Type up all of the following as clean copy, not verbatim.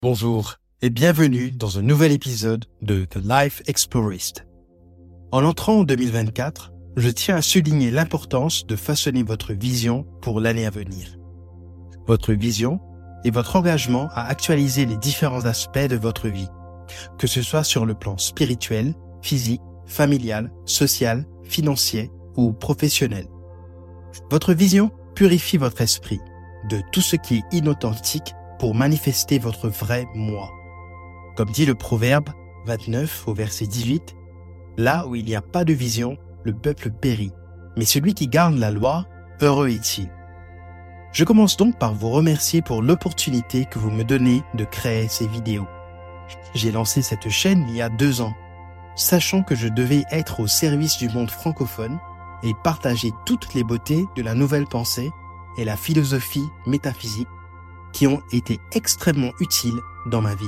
Bonjour et bienvenue dans un nouvel épisode de The Life Explorist. En entrant en 2024, je tiens à souligner l'importance de façonner votre vision pour l'année à venir. Votre vision et votre engagement à actualiser les différents aspects de votre vie, que ce soit sur le plan spirituel, physique, familial, social, financier ou professionnel. Votre vision purifie votre esprit de tout ce qui est inauthentique pour manifester votre vrai moi. Comme dit le Proverbe 29 au verset 18, « Là où il n'y a pas de vision, le peuple périt, mais celui qui garde la loi, heureux est-il. » Je commence donc par vous remercier pour l'opportunité que vous me donnez de créer ces vidéos. J'ai lancé cette chaîne il y a 2 ans, sachant que je devais être au service du monde francophone et partager toutes les beautés de la nouvelle pensée et la philosophie métaphysique qui ont été extrêmement utiles dans ma vie.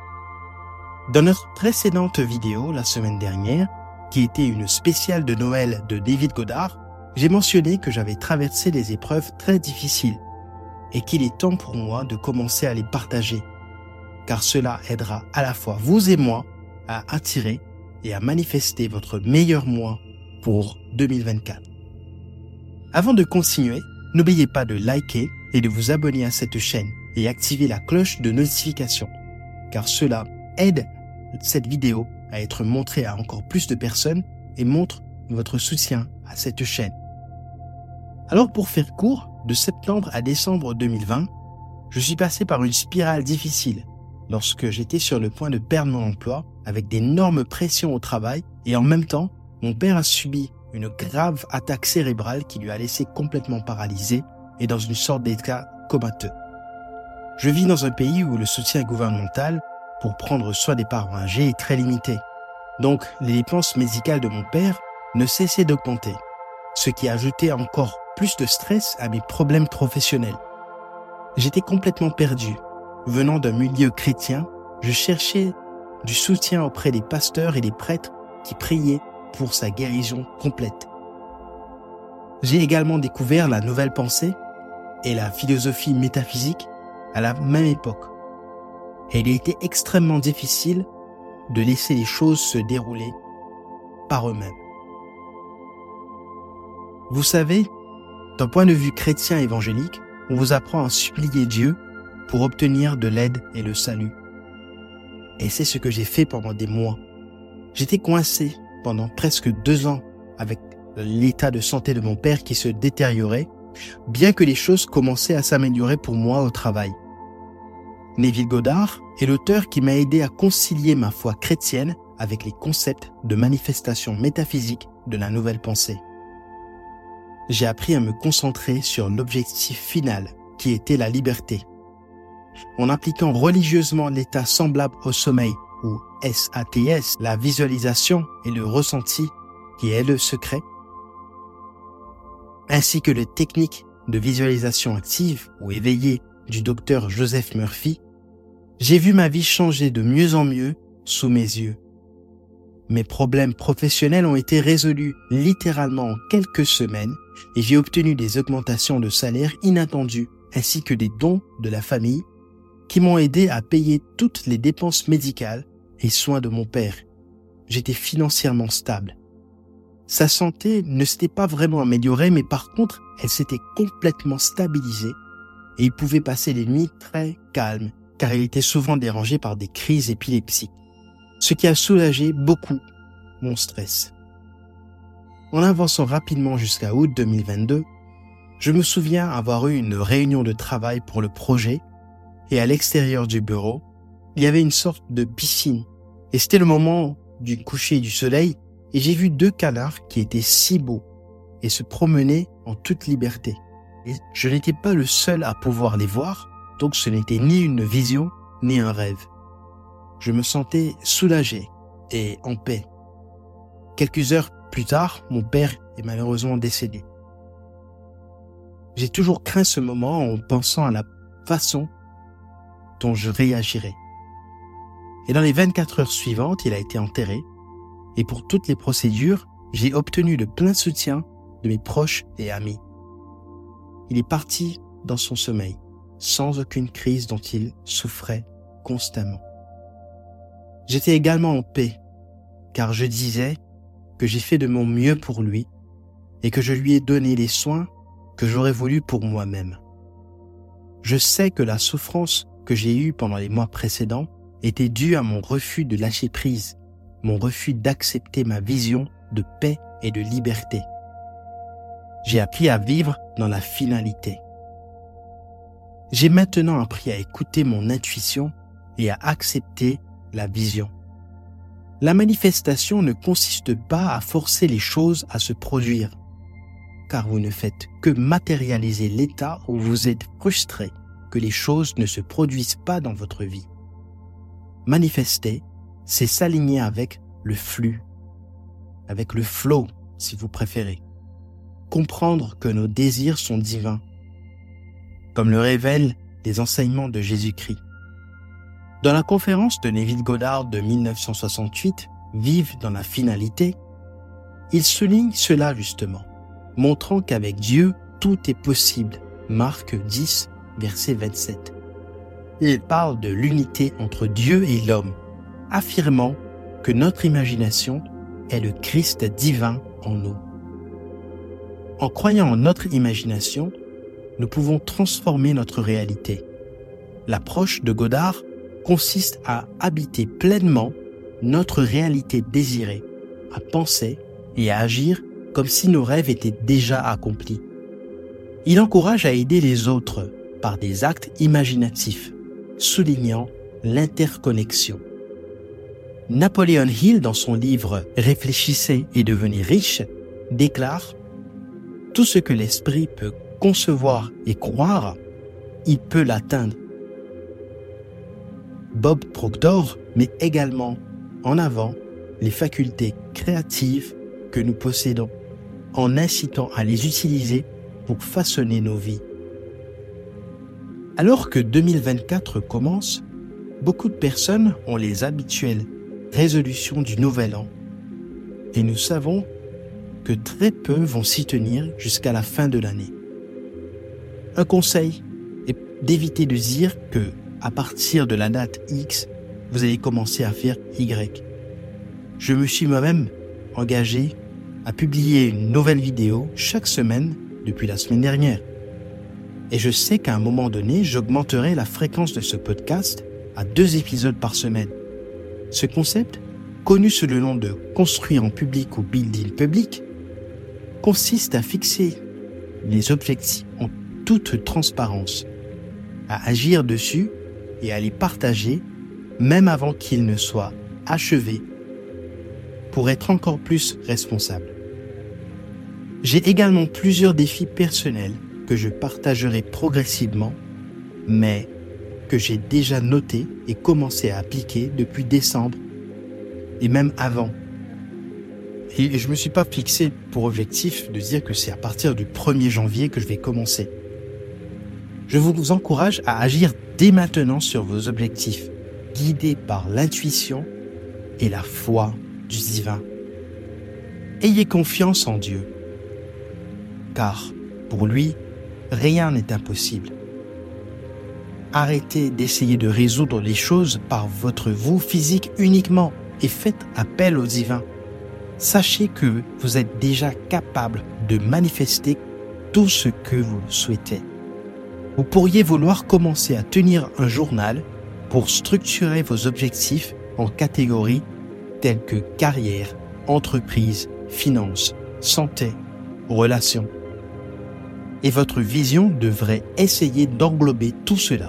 Dans notre précédente vidéo la semaine dernière, qui était une spéciale de Noël de David Goddard, j'ai mentionné que j'avais traversé des épreuves très difficiles et qu'il est temps pour moi de commencer à les partager, car cela aidera à la fois vous et moi à attirer et à manifester votre meilleur moi pour 2024. Avant de continuer, n'oubliez pas de liker et de vous abonner à cette chaîne et activer la cloche de notification, car cela aide cette vidéo à être montrée à encore plus de personnes et montre votre soutien à cette chaîne. Alors pour faire court, de septembre à décembre 2020, je suis passé par une spirale difficile lorsque j'étais sur le point de perdre mon emploi avec d'énormes pressions au travail et en même temps, mon père a subi une grave attaque cérébrale qui lui a laissé complètement paralysé et dans une sorte d'état comateux. Je vis dans un pays où le soutien gouvernemental pour prendre soin des parents âgés est très limité. Donc, les dépenses médicales de mon père ne cessaient d'augmenter, ce qui ajoutait encore plus de stress à mes problèmes professionnels. J'étais complètement perdu. Venant d'un milieu chrétien, je cherchais du soutien auprès des pasteurs et des prêtres qui priaient pour sa guérison complète. J'ai également découvert la nouvelle pensée et la philosophie métaphysique à la même époque. Et il a été extrêmement difficile de laisser les choses se dérouler par eux-mêmes. Vous savez, d'un point de vue chrétien évangélique, on vous apprend à supplier Dieu pour obtenir de l'aide et le salut. Et c'est ce que j'ai fait pendant des mois. J'étais coincé pendant presque 2 ans avec l'état de santé de mon père qui se détériorait, bien que les choses commençaient à s'améliorer pour moi au travail. Neville Goddard est l'auteur qui m'a aidé à concilier ma foi chrétienne avec les concepts de manifestation métaphysique de la nouvelle pensée. J'ai appris à me concentrer sur l'objectif final, qui était la liberté. En appliquant religieusement l'état semblable au sommeil, ou SATS, la visualisation et le ressenti, qui est le secret, ainsi que les techniques de visualisation active ou éveillée du docteur Joseph Murphy, j'ai vu ma vie changer de mieux en mieux sous mes yeux. Mes problèmes professionnels ont été résolus littéralement en quelques semaines et j'ai obtenu des augmentations de salaire inattendues ainsi que des dons de la famille qui m'ont aidé à payer toutes les dépenses médicales et soins de mon père. J'étais financièrement stable. Sa santé ne s'était pas vraiment améliorée, mais par contre, elle s'était complètement stabilisée et il pouvait passer les nuits très calmes car il était souvent dérangé par des crises épileptiques, ce qui a soulagé beaucoup mon stress. En avançant rapidement jusqu'à août 2022, je me souviens avoir eu une réunion de travail pour le projet et à l'extérieur du bureau, il y avait une sorte de piscine et c'était le moment du coucher du soleil et j'ai vu 2 canards qui étaient si beaux et se promener en toute liberté. Et je n'étais pas le seul à pouvoir les voir, donc ce n'était ni une vision ni un rêve. Je me sentais soulagé et en paix. Quelques heures plus tard, mon père est malheureusement décédé. J'ai toujours craint ce moment en pensant à la façon dont je réagirais. Et dans les 24 heures suivantes, il a été enterré. Et pour toutes les procédures, j'ai obtenu le plein soutien de mes proches et amis. Il est parti dans son sommeil, sans aucune crise dont il souffrait constamment. J'étais également en paix, car je disais que j'ai fait de mon mieux pour lui et que je lui ai donné les soins que j'aurais voulu pour moi-même. Je sais que la souffrance que j'ai eue pendant les mois précédents était due à mon refus de lâcher prise, mon refus d'accepter ma vision de paix et de liberté. J'ai appris à vivre dans la finalité. J'ai maintenant appris à écouter mon intuition et à accepter la vision. La manifestation ne consiste pas à forcer les choses à se produire, car vous ne faites que matérialiser l'état où vous êtes frustré que les choses ne se produisent pas dans votre vie. Manifester, c'est s'aligner avec le flux, avec le flow, si vous préférez. Comprendre que nos désirs sont divins, comme le révèlent les enseignements de Jésus-Christ. Dans la conférence de Neville Goddard de 1968, Vive dans la finalité, il souligne cela justement, montrant qu'avec Dieu, tout est possible. Marc 10, verset 27. Il parle de l'unité entre Dieu et l'homme, affirmant que notre imagination est le Christ divin en nous. En croyant en notre imagination, nous pouvons transformer notre réalité. L'approche de Goddard consiste à habiter pleinement notre réalité désirée, à penser et à agir comme si nos rêves étaient déjà accomplis. Il encourage à aider les autres par des actes imaginatifs, soulignant l'interconnexion. Napoleon Hill, dans son livre « Réfléchissez et devenez riche », déclare « Tout ce que l'esprit peut concevoir et croire, il peut l'atteindre. » Bob Proctor met également en avant les facultés créatives que nous possédons, en incitant à les utiliser pour façonner nos vies. Alors que 2024 commence, beaucoup de personnes ont les habituelles résolutions du nouvel an. Et nous savons que très peu vont s'y tenir jusqu'à la fin de l'année. Un conseil est d'éviter de dire que, à partir de la date X, vous allez commencer à faire Y. Je me suis moi-même engagé à publier une nouvelle vidéo chaque semaine depuis la semaine dernière. Et je sais qu'à un moment donné, j'augmenterai la fréquence de ce podcast à 2 épisodes par semaine. Ce concept, connu sous le nom de construire en public ou building public, consiste à fixer les objectifs en toute transparence, à agir dessus et à les partager même avant qu'ils ne soient achevés pour être encore plus responsable. J'ai également plusieurs défis personnels que je partagerai progressivement, mais que j'ai déjà notés et commencé à appliquer depuis décembre et même avant. Et je ne me suis pas fixé pour objectif de dire que c'est à partir du 1er janvier que je vais commencer. Je vous encourage à agir dès maintenant sur vos objectifs, guidés par l'intuition et la foi du divin. Ayez confiance en Dieu, car pour lui, rien n'est impossible. Arrêtez d'essayer de résoudre les choses par votre vous physique uniquement et faites appel au divin. Sachez que vous êtes déjà capable de manifester tout ce que vous souhaitez. Vous pourriez vouloir commencer à tenir un journal pour structurer vos objectifs en catégories telles que carrière, entreprise, finances, santé, relations. Et votre vision devrait essayer d'englober tout cela.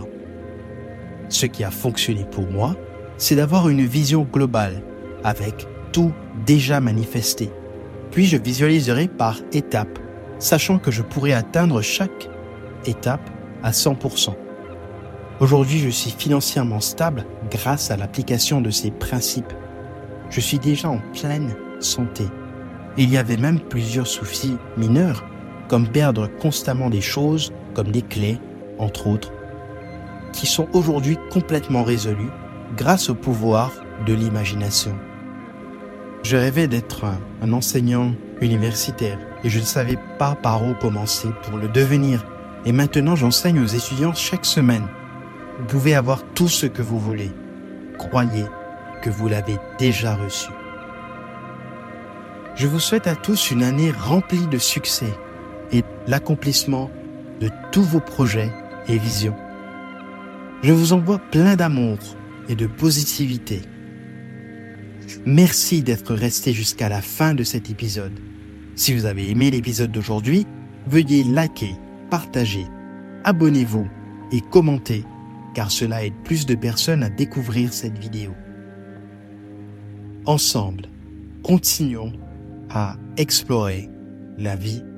Ce qui a fonctionné pour moi, c'est d'avoir une vision globale avec tout déjà manifesté. Puis je visualiserai par étapes, sachant que je pourrais atteindre chaque étape à 100%. Aujourd'hui, je suis financièrement stable grâce à l'application de ces principes. Je suis déjà en pleine santé. Il y avait même plusieurs soucis mineurs, comme perdre constamment des choses, comme des clés, entre autres, qui sont aujourd'hui complètement résolus grâce au pouvoir de l'imagination. Je rêvais d'être un enseignant universitaire et je ne savais pas par où commencer pour le devenir. Et maintenant, j'enseigne aux étudiants chaque semaine. Vous pouvez avoir tout ce que vous voulez. Croyez que vous l'avez déjà reçu. Je vous souhaite à tous une année remplie de succès et l'accomplissement de tous vos projets et visions. Je vous envoie plein d'amour et de positivité. Merci d'être resté jusqu'à la fin de cet épisode. Si vous avez aimé l'épisode d'aujourd'hui, veuillez liker, partager, abonnez-vous et commentez, car cela aide plus de personnes à découvrir cette vidéo. Ensemble, continuons à explorer la vie